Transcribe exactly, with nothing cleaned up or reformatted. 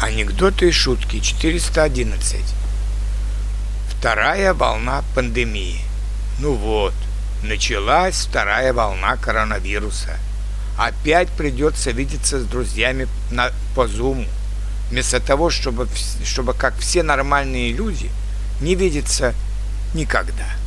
Анекдоты и шутки четыреста одиннадцать. Вторая волна пандемии. Ну вот, началась вторая волна коронавируса. Опять придется видеться с друзьями на, по зуму, вместо того, чтобы, чтобы как все нормальные люди не видеться никогда.